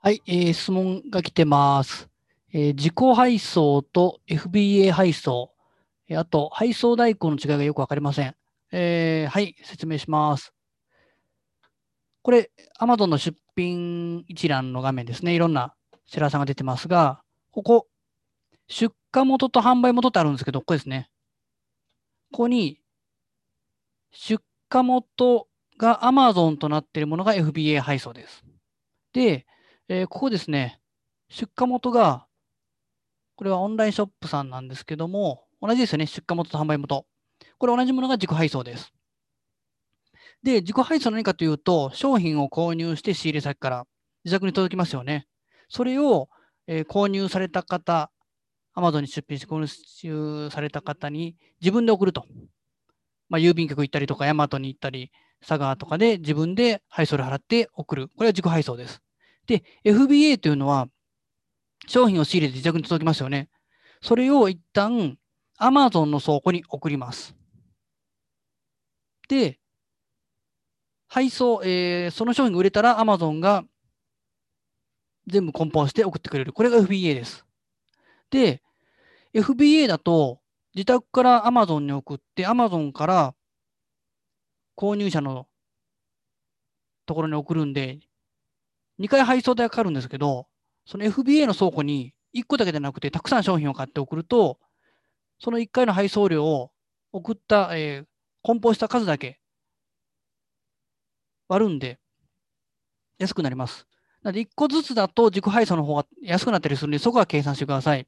はい、質問が来てます。自己配送と FBA 配送、あと配送代行の違いがよくわかりません。はい、説明します。これ、Amazon の出品一覧の画面ですね。いろんなセラーさんが出てますが、ここ、出荷元と販売元ってあるんですけど、ここですね。ここに、出荷元が Amazon となっているものが FBA 配送です。で、ここですね、出荷元がこれはオンラインショップさんなんですけども、同じですよね。出荷元と販売元。これ同じものが自己配送です。で、自己配送は何かというと、商品を購入して仕入れ先から自宅に届きますよね。それを、購入された方、Amazon に出品して購入された方に自分で送ると。郵便局行ったりとか、ヤマトに行ったり、佐川とかで自分で配送料払って送る。これは自己配送です。で、FBA というのは商品を仕入れて自宅に届きますよね。それを一旦 Amazon の倉庫に送ります。で、配送、その商品が売れたら Amazon が全部梱包して送ってくれる。これが FBA です。で、FBA だと自宅から Amazon に送って Amazon から購入者のところに送るんで、2回配送代がかかるんですけど、その FBA の倉庫に1個だけじゃなくてたくさん商品を買って送ると、その1回の配送料を送った、梱包した数だけ割るんで安くなります。なので1個ずつだと自己配送の方が安くなったりするので、そこは計算してください。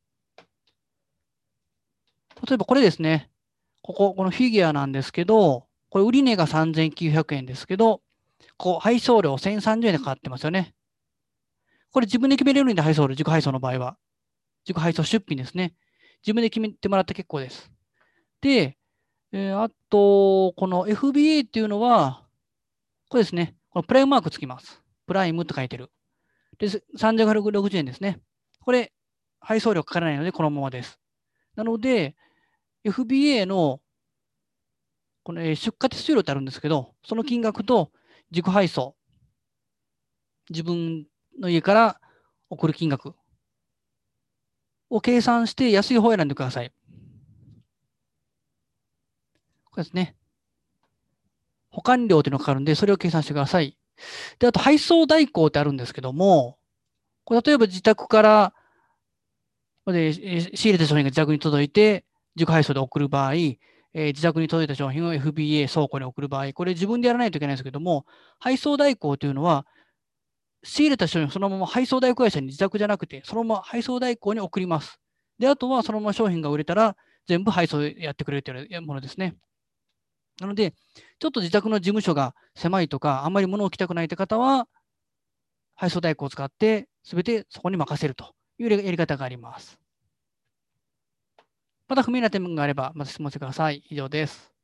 例えばこれですね。このフィギュアなんですけど、これ売値が3900円ですけど、配送料1030円でかかってますよね。これ自分で決めれるんで、配送料、自己配送の場合は。自己配送出品ですね。自分で決めてもらって結構です。で、あと、この FBA っていうのは、これですね。このプライムマークつきます。プライムと書いてる。で、3560円ですね。これ、配送料かからないので、このままです。なので、FBA のこの出荷手数料ってあるんですけど、その金額と自己配送、自分の家から送る金額を計算して安い方を選んでください。これですね。保管料っていうのがかかるんで、それを計算してください。で、あと配送代行ってあるんですけども、これ例えば自宅から仕入れた商品が自宅に届いて、自己配送で送る場合、自宅に届いた商品を FBA 倉庫に送る場合、これ自分でやらないといけないんですけども、配送代行というのは、仕入れた商品をそのまま配送代行会社に自宅じゃなくて、そのまま配送代行に送ります。で、あとはそのまま商品が売れたら、全部配送やってくれるというものですね。なので、ちょっと自宅の事務所が狭いとか、あんまり物を置きたくないという方は、配送代行を使って、すべてそこに任せるというやり方があります。また不明な点があれば、また質問してください。以上です。